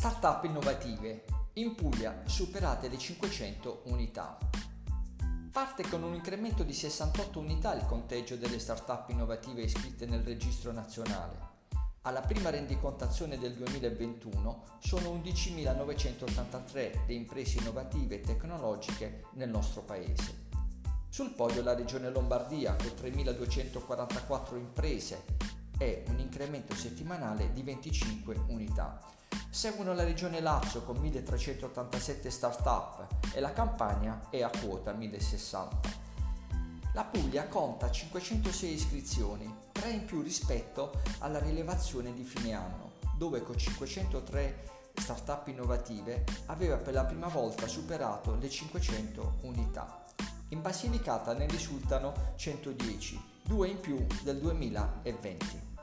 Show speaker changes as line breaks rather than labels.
Startup innovative. In Puglia superate le 500 unità. Parte con un incremento di 68 unità il conteggio delle startup innovative iscritte nel registro nazionale. Alla prima rendicontazione del 2021 sono 11.983 le imprese innovative e tecnologiche nel nostro paese. Sul podio la Regione Lombardia con 3.244 imprese e un incremento settimanale di 25 unità. Seguono la Regione Lazio con 1.387 start-up e la Campania è a quota 1.060. La Puglia conta 506 iscrizioni, 3 in più rispetto alla rilevazione di fine anno, dove con 503 start-up innovative aveva per la prima volta superato le 500 unità. In Basilicata ne risultano 110, 2 in più del 2020.